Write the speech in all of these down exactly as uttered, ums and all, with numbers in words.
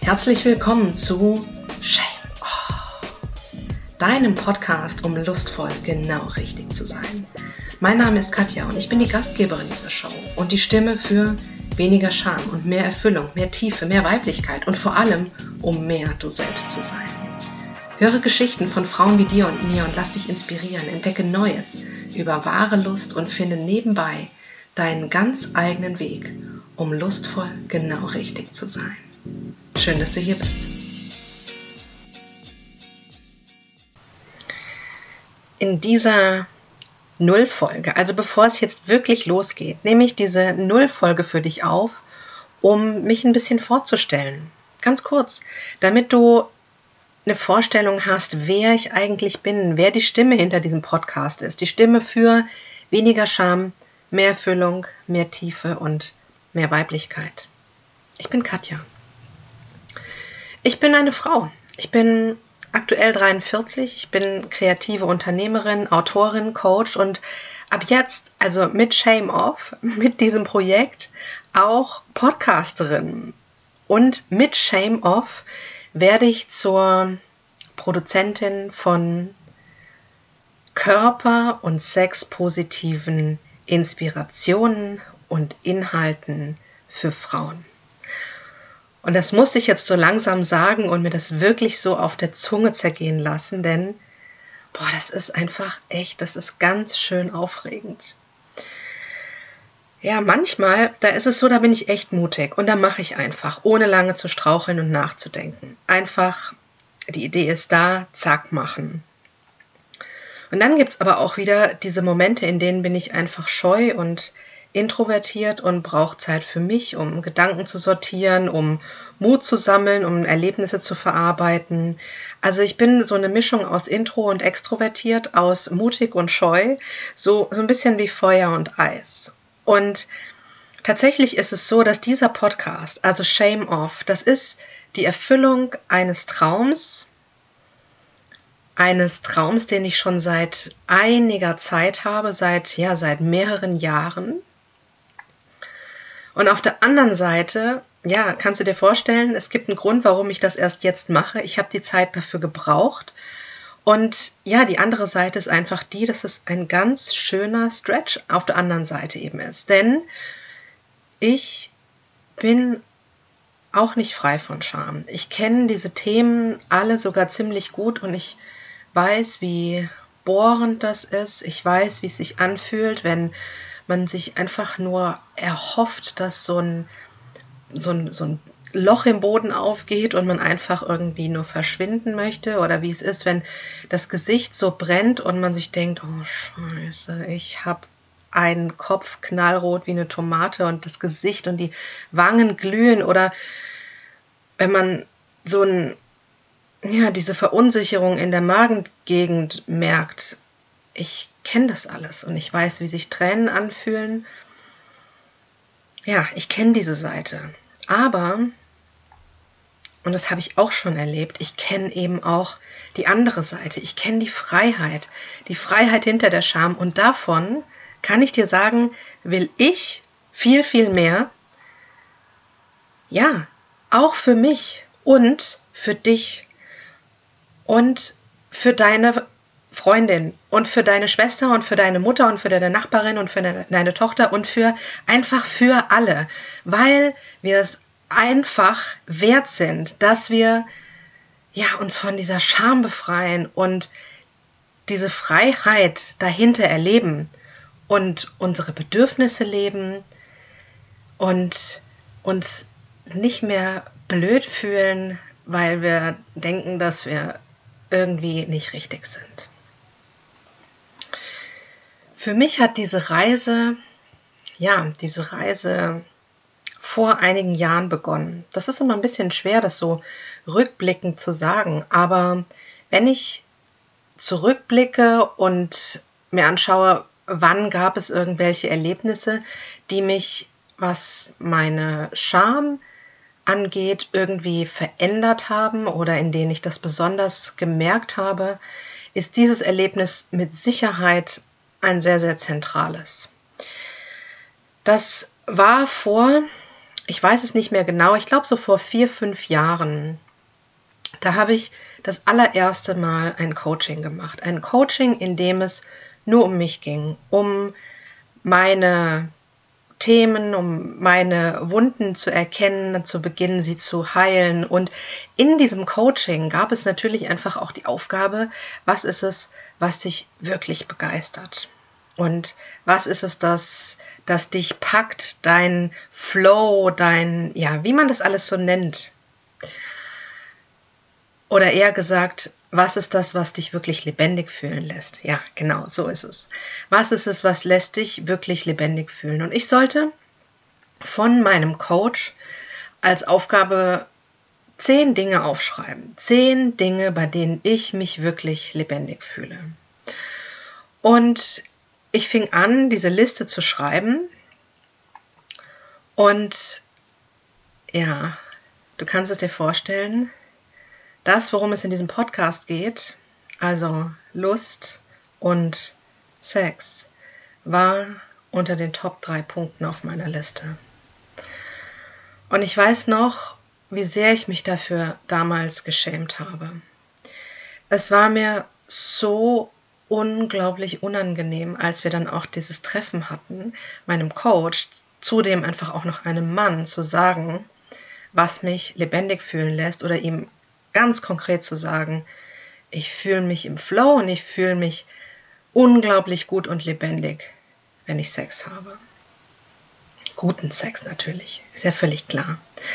Herzlich willkommen zu Shame Off, deinem Podcast, um lustvoll genau richtig zu sein. Mein Name ist Katja und ich bin die Gastgeberin dieser Show und die Stimme für weniger Scham und mehr Erfüllung, mehr Tiefe, mehr Weiblichkeit und vor allem, um mehr du selbst zu sein. Höre Geschichten von Frauen wie dir und mir und lass dich inspirieren, entdecke Neues über wahre Lust und finde nebenbei deinen ganz eigenen Weg, um lustvoll genau richtig zu sein. Schön, dass du hier bist. In dieser Nullfolge, also bevor es jetzt wirklich losgeht, nehme ich diese Nullfolge für dich auf, um mich ein bisschen vorzustellen. Ganz kurz, damit du eine Vorstellung hast, wer ich eigentlich bin, wer die Stimme hinter diesem Podcast ist. Die Stimme für weniger Scham, mehr Erfüllung, mehr Tiefe und mehr Weiblichkeit. Ich bin Katja. Ich bin eine Frau. Ich bin aktuell dreiundvierzig. Ich bin kreative Unternehmerin, Autorin, Coach und ab jetzt, also mit Shame Off, mit diesem Projekt, auch Podcasterin. Und mit Shame Off werde ich zur Produzentin von körper- und sexpositiven Inspirationen und Inhalten für Frauen. Und das musste ich jetzt so langsam sagen und mir das wirklich so auf der Zunge zergehen lassen, denn boah, das ist einfach echt, das ist ganz schön aufregend. Ja, manchmal, da ist es so, da bin ich echt mutig und da mache ich einfach, ohne lange zu straucheln und nachzudenken. Einfach, die Idee ist da, zack, machen. Und dann gibt es aber auch wieder diese Momente, in denen bin ich einfach scheu und introvertiert und brauche Zeit für mich, um Gedanken zu sortieren, um Mut zu sammeln, um Erlebnisse zu verarbeiten. Also ich bin so eine Mischung aus intro und extrovertiert, aus mutig und scheu, so, so ein bisschen wie Feuer und Eis. Und tatsächlich ist es so, dass dieser Podcast, also Shame Off, das ist die Erfüllung eines Traums, eines Traums, den ich schon seit einiger Zeit habe, seit, ja, seit mehreren Jahren. Und auf der anderen Seite, ja, kannst du dir vorstellen, es gibt einen Grund, warum ich das erst jetzt mache. Ich habe die Zeit dafür gebraucht. Und ja, die andere Seite ist einfach die, dass es ein ganz schöner Stretch auf der anderen Seite eben ist. Denn ich bin auch nicht frei von Scham. Ich kenne diese Themen alle sogar ziemlich gut und ich weiß, wie bohrend das ist. Ich weiß, wie es sich anfühlt, wenn man sich einfach nur erhofft, dass so ein, so ein, so ein Loch im Boden aufgeht und man einfach irgendwie nur verschwinden möchte, oder wie es ist, wenn das Gesicht so brennt und man sich denkt, oh Scheiße, ich habe einen Kopf knallrot wie eine Tomate und das Gesicht und die Wangen glühen, oder wenn man so ein, ja, diese Verunsicherung in der Magengegend merkt. Ich kenne das alles und ich weiß, wie sich Tränen anfühlen. Ja, ich kenne diese Seite. Aber, und das habe ich auch schon erlebt, ich kenne eben auch die andere Seite. Ich kenne die Freiheit, die Freiheit hinter der Scham. Und davon kann ich dir sagen, will ich viel, viel mehr. Ja, auch für mich und für dich und für deine Freundin und für deine Schwester und für deine Mutter und für deine Nachbarin und für deine, deine Tochter und für einfach für alle, weil wir es einfach wert sind, dass wir ja, uns von dieser Scham befreien und diese Freiheit dahinter erleben und unsere Bedürfnisse leben und uns nicht mehr blöd fühlen, weil wir denken, dass wir irgendwie nicht richtig sind. Für mich hat diese Reise, ja, diese Reise vor einigen Jahren begonnen. Das ist immer ein bisschen schwer, das so rückblickend zu sagen, aber wenn ich zurückblicke und mir anschaue, wann gab es irgendwelche Erlebnisse, die mich, was meine Scham angeht, irgendwie verändert haben oder in denen ich das besonders gemerkt habe, ist dieses Erlebnis mit Sicherheit ein sehr, sehr zentrales. Das war vor, ich weiß es nicht mehr genau, ich glaube so vor vier, fünf Jahren, da habe ich das allererste Mal ein Coaching gemacht. Ein Coaching, in dem es nur um mich ging, um meine Themen, um meine Wunden zu erkennen, zu beginnen, sie zu heilen. Und in diesem Coaching gab es natürlich einfach auch die Aufgabe, was ist es, was dich wirklich begeistert? Und was ist es, das, das dich packt, dein Flow, dein, ja, wie man das alles so nennt? Oder eher gesagt, was ist das, was dich wirklich lebendig fühlen lässt? Ja, genau, so ist es. Was ist es, was lässt dich wirklich lebendig fühlen? Und ich sollte von meinem Coach als Aufgabe zehn Dinge aufschreiben. Zehn Dinge, bei denen ich mich wirklich lebendig fühle. Und ich fing an, diese Liste zu schreiben. Und ja, du kannst es dir vorstellen, das, worum es in diesem Podcast geht, also Lust und Sex, war unter den Top drei Punkten auf meiner Liste. Und ich weiß noch, wie sehr ich mich dafür damals geschämt habe. Es war mir so unglaublich unangenehm, als wir dann auch dieses Treffen hatten, meinem Coach, zudem einfach auch noch einem Mann, zu sagen, was mich lebendig fühlen lässt oder ihm ganz konkret zu sagen, ich fühle mich im Flow und ich fühle mich unglaublich gut und lebendig, wenn ich Sex habe. Guten Sex natürlich, ist ja völlig klar.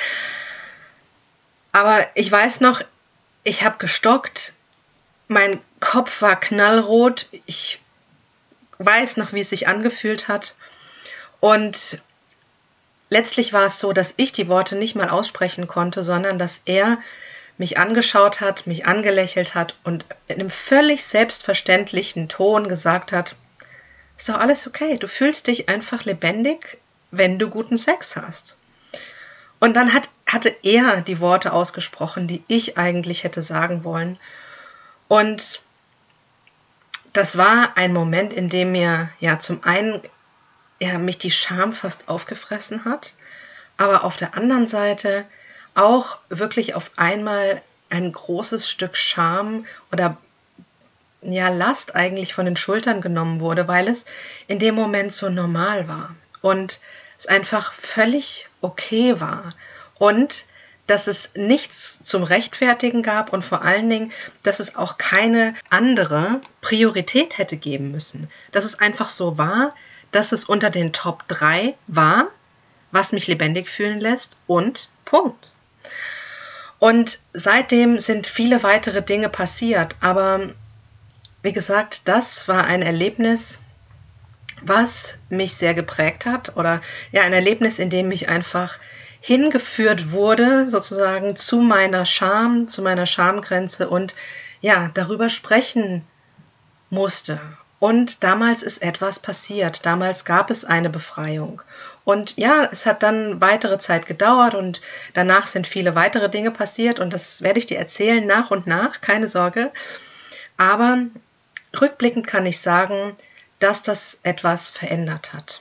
Aber ich weiß noch, ich habe gestockt, mein Kopf war knallrot, ich weiß noch, wie es sich angefühlt hat. Und letztlich war es so, dass ich die Worte nicht mal aussprechen konnte, sondern dass er mich angeschaut hat, mich angelächelt hat und in einem völlig selbstverständlichen Ton gesagt hat, ist doch alles okay, du fühlst dich einfach lebendig, wenn du guten Sex hast. Und dann hat, hatte er die Worte ausgesprochen, die ich eigentlich hätte sagen wollen. Und das war ein Moment, in dem mir ja zum einen ja, mich die Scham fast aufgefressen hat, aber auf der anderen Seite auch wirklich auf einmal ein großes Stück Scham oder ja, Last eigentlich von den Schultern genommen wurde, weil es in dem Moment so normal war und es einfach völlig okay war und dass es nichts zum Rechtfertigen gab und vor allen Dingen, dass es auch keine andere Priorität hätte geben müssen. Dass es einfach so war, dass es unter den Top drei war, was mich lebendig fühlen lässt und Punkt. Und seitdem sind viele weitere Dinge passiert, aber wie gesagt, das war ein Erlebnis, was mich sehr geprägt hat oder ja, ein Erlebnis, in dem ich einfach hingeführt wurde, sozusagen zu meiner Scham, zu meiner Schamgrenze und ja, darüber sprechen musste. Und damals ist etwas passiert. Damals gab es eine Befreiung. Und ja, es hat dann weitere Zeit gedauert und danach sind viele weitere Dinge passiert und das werde ich dir erzählen nach und nach, keine Sorge. Aber rückblickend kann ich sagen, dass das etwas verändert hat.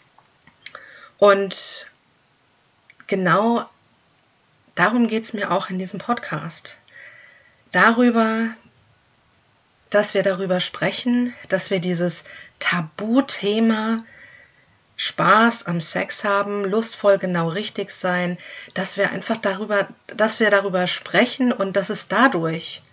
Und genau darum geht es mir auch in diesem Podcast. Darüber, dass wir darüber sprechen, dass wir dieses Tabuthema Spaß am Sex haben, lustvoll genau richtig sein, dass wir einfach darüber, dass wir darüber sprechen und dass es dadurch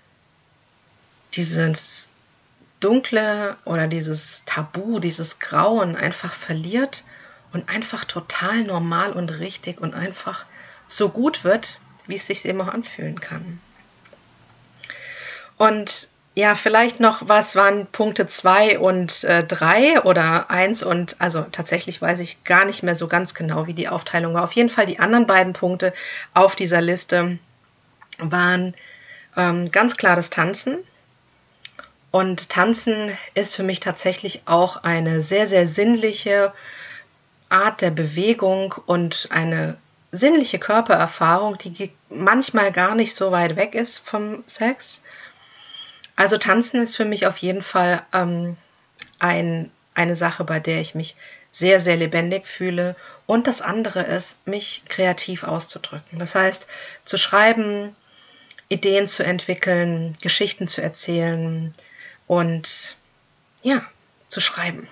dieses Dunkle oder dieses Tabu, dieses Grauen einfach verliert und einfach total normal und richtig und einfach so gut wird, wie es sich eben auch anfühlen kann. Und ja, vielleicht noch, was waren Punkte zwei und drei oder eins und, also tatsächlich weiß ich gar nicht mehr so ganz genau, wie die Aufteilung war. Auf jeden Fall die anderen beiden Punkte auf dieser Liste waren ähm, ganz klar das Tanzen. Und Tanzen ist für mich tatsächlich auch eine sehr, sehr sinnliche Art der Bewegung und eine sinnliche Körpererfahrung, die manchmal gar nicht so weit weg ist vom Sex. Also Tanzen ist für mich auf jeden Fall ähm, ein, eine Sache, bei der ich mich sehr, sehr lebendig fühle. Und das andere ist, mich kreativ auszudrücken. Das heißt, zu schreiben, Ideen zu entwickeln, Geschichten zu erzählen und ja, zu schreiben.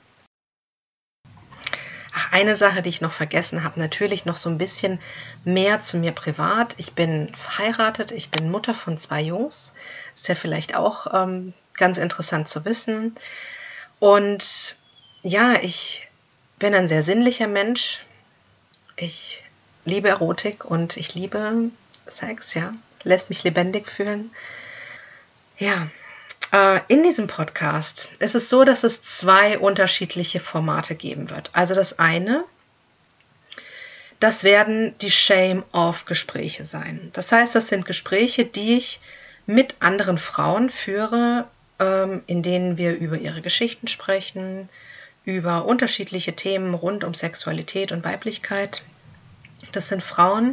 Ach, eine Sache, die ich noch vergessen habe, natürlich noch so ein bisschen mehr zu mir privat. Ich bin verheiratet, ich bin Mutter von zwei Jungs. Ist ja vielleicht auch ähm, ganz interessant zu wissen. Und ja, ich bin ein sehr sinnlicher Mensch. Ich liebe Erotik und ich liebe Sex, ja. Lässt mich lebendig fühlen. Ja, äh, in diesem Podcast ist es so, dass es zwei unterschiedliche Formate geben wird. Also das eine, das werden die Shame-Off-Gespräche sein. Das heißt, das sind Gespräche, die ich mit anderen Frauen führe, ähm, in denen wir über ihre Geschichten sprechen, über unterschiedliche Themen rund um Sexualität und Weiblichkeit. Das sind Frauen,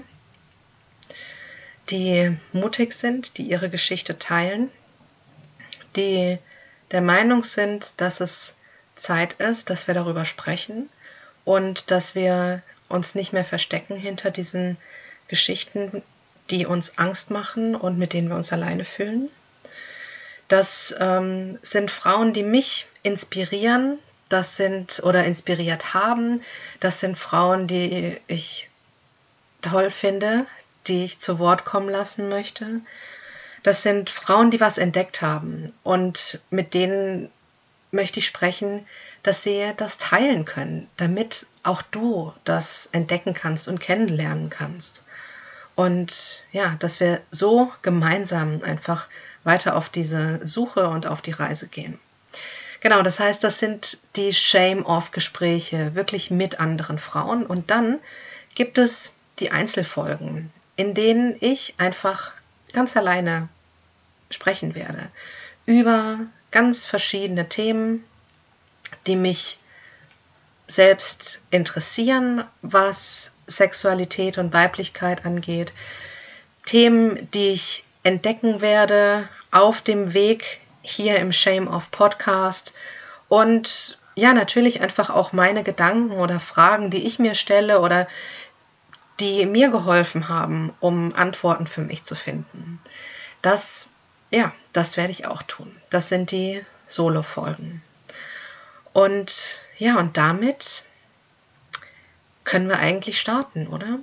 die mutig sind, die ihre Geschichte teilen, die der Meinung sind, dass es Zeit ist, dass wir darüber sprechen und dass wir uns nicht mehr verstecken hinter diesen Geschichten, die uns Angst machen und mit denen wir uns alleine fühlen. Das ähm, sind Frauen, die mich inspirieren, das sind oder inspiriert haben. Das sind Frauen, die ich toll finde, die ich zu Wort kommen lassen möchte. Das sind Frauen, die was entdeckt haben und mit denen möchte ich sprechen, dass sie das teilen können, damit auch du das entdecken kannst und kennenlernen kannst. Und ja, dass wir so gemeinsam einfach weiter auf diese Suche und auf die Reise gehen. Genau, das heißt, das sind die Shame-Off-Gespräche, wirklich mit anderen Frauen. Und dann gibt es die Einzelfolgen, in denen ich einfach ganz alleine sprechen werde über ganz verschiedene Themen, die mich selbst interessieren, was Sexualität und Weiblichkeit angeht. Themen, die ich entdecken werde auf dem Weg hier im Shame-Off Podcast und ja, natürlich einfach auch meine Gedanken oder Fragen, die ich mir stelle oder die mir geholfen haben, um Antworten für mich zu finden. Das, ja, das werde ich auch tun. Das sind die Solo-Folgen. Und ja, und damit können wir eigentlich starten, oder?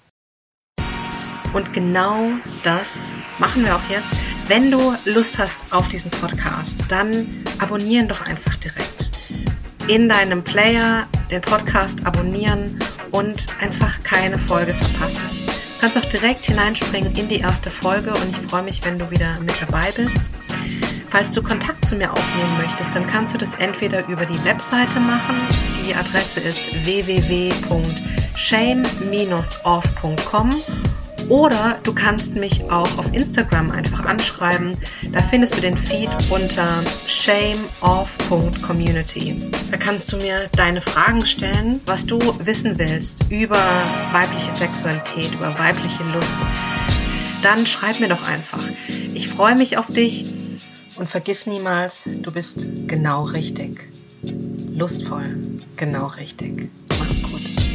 Und genau das machen wir auch jetzt. Wenn du Lust hast auf diesen Podcast, dann abonnieren doch einfach direkt. In deinem Player den Podcast abonnieren und einfach keine Folge verpassen. Du kannst auch direkt hineinspringen in die erste Folge und ich freue mich, wenn du wieder mit dabei bist. Falls du Kontakt zu mir aufnehmen möchtest, dann kannst du das entweder über die Webseite machen. Die Adresse ist w w w punkt shame dash off punkt com oder du kannst mich auch auf Instagram einfach anschreiben. Da findest du den Feed unter shame off punkt community. Da kannst du mir deine Fragen stellen, was du wissen willst über weibliche Sexualität, über weibliche Lust. Dann schreib mir doch einfach. Ich freue mich auf dich. Und vergiss niemals, du bist genau richtig. Lustvoll, genau richtig. Mach's gut.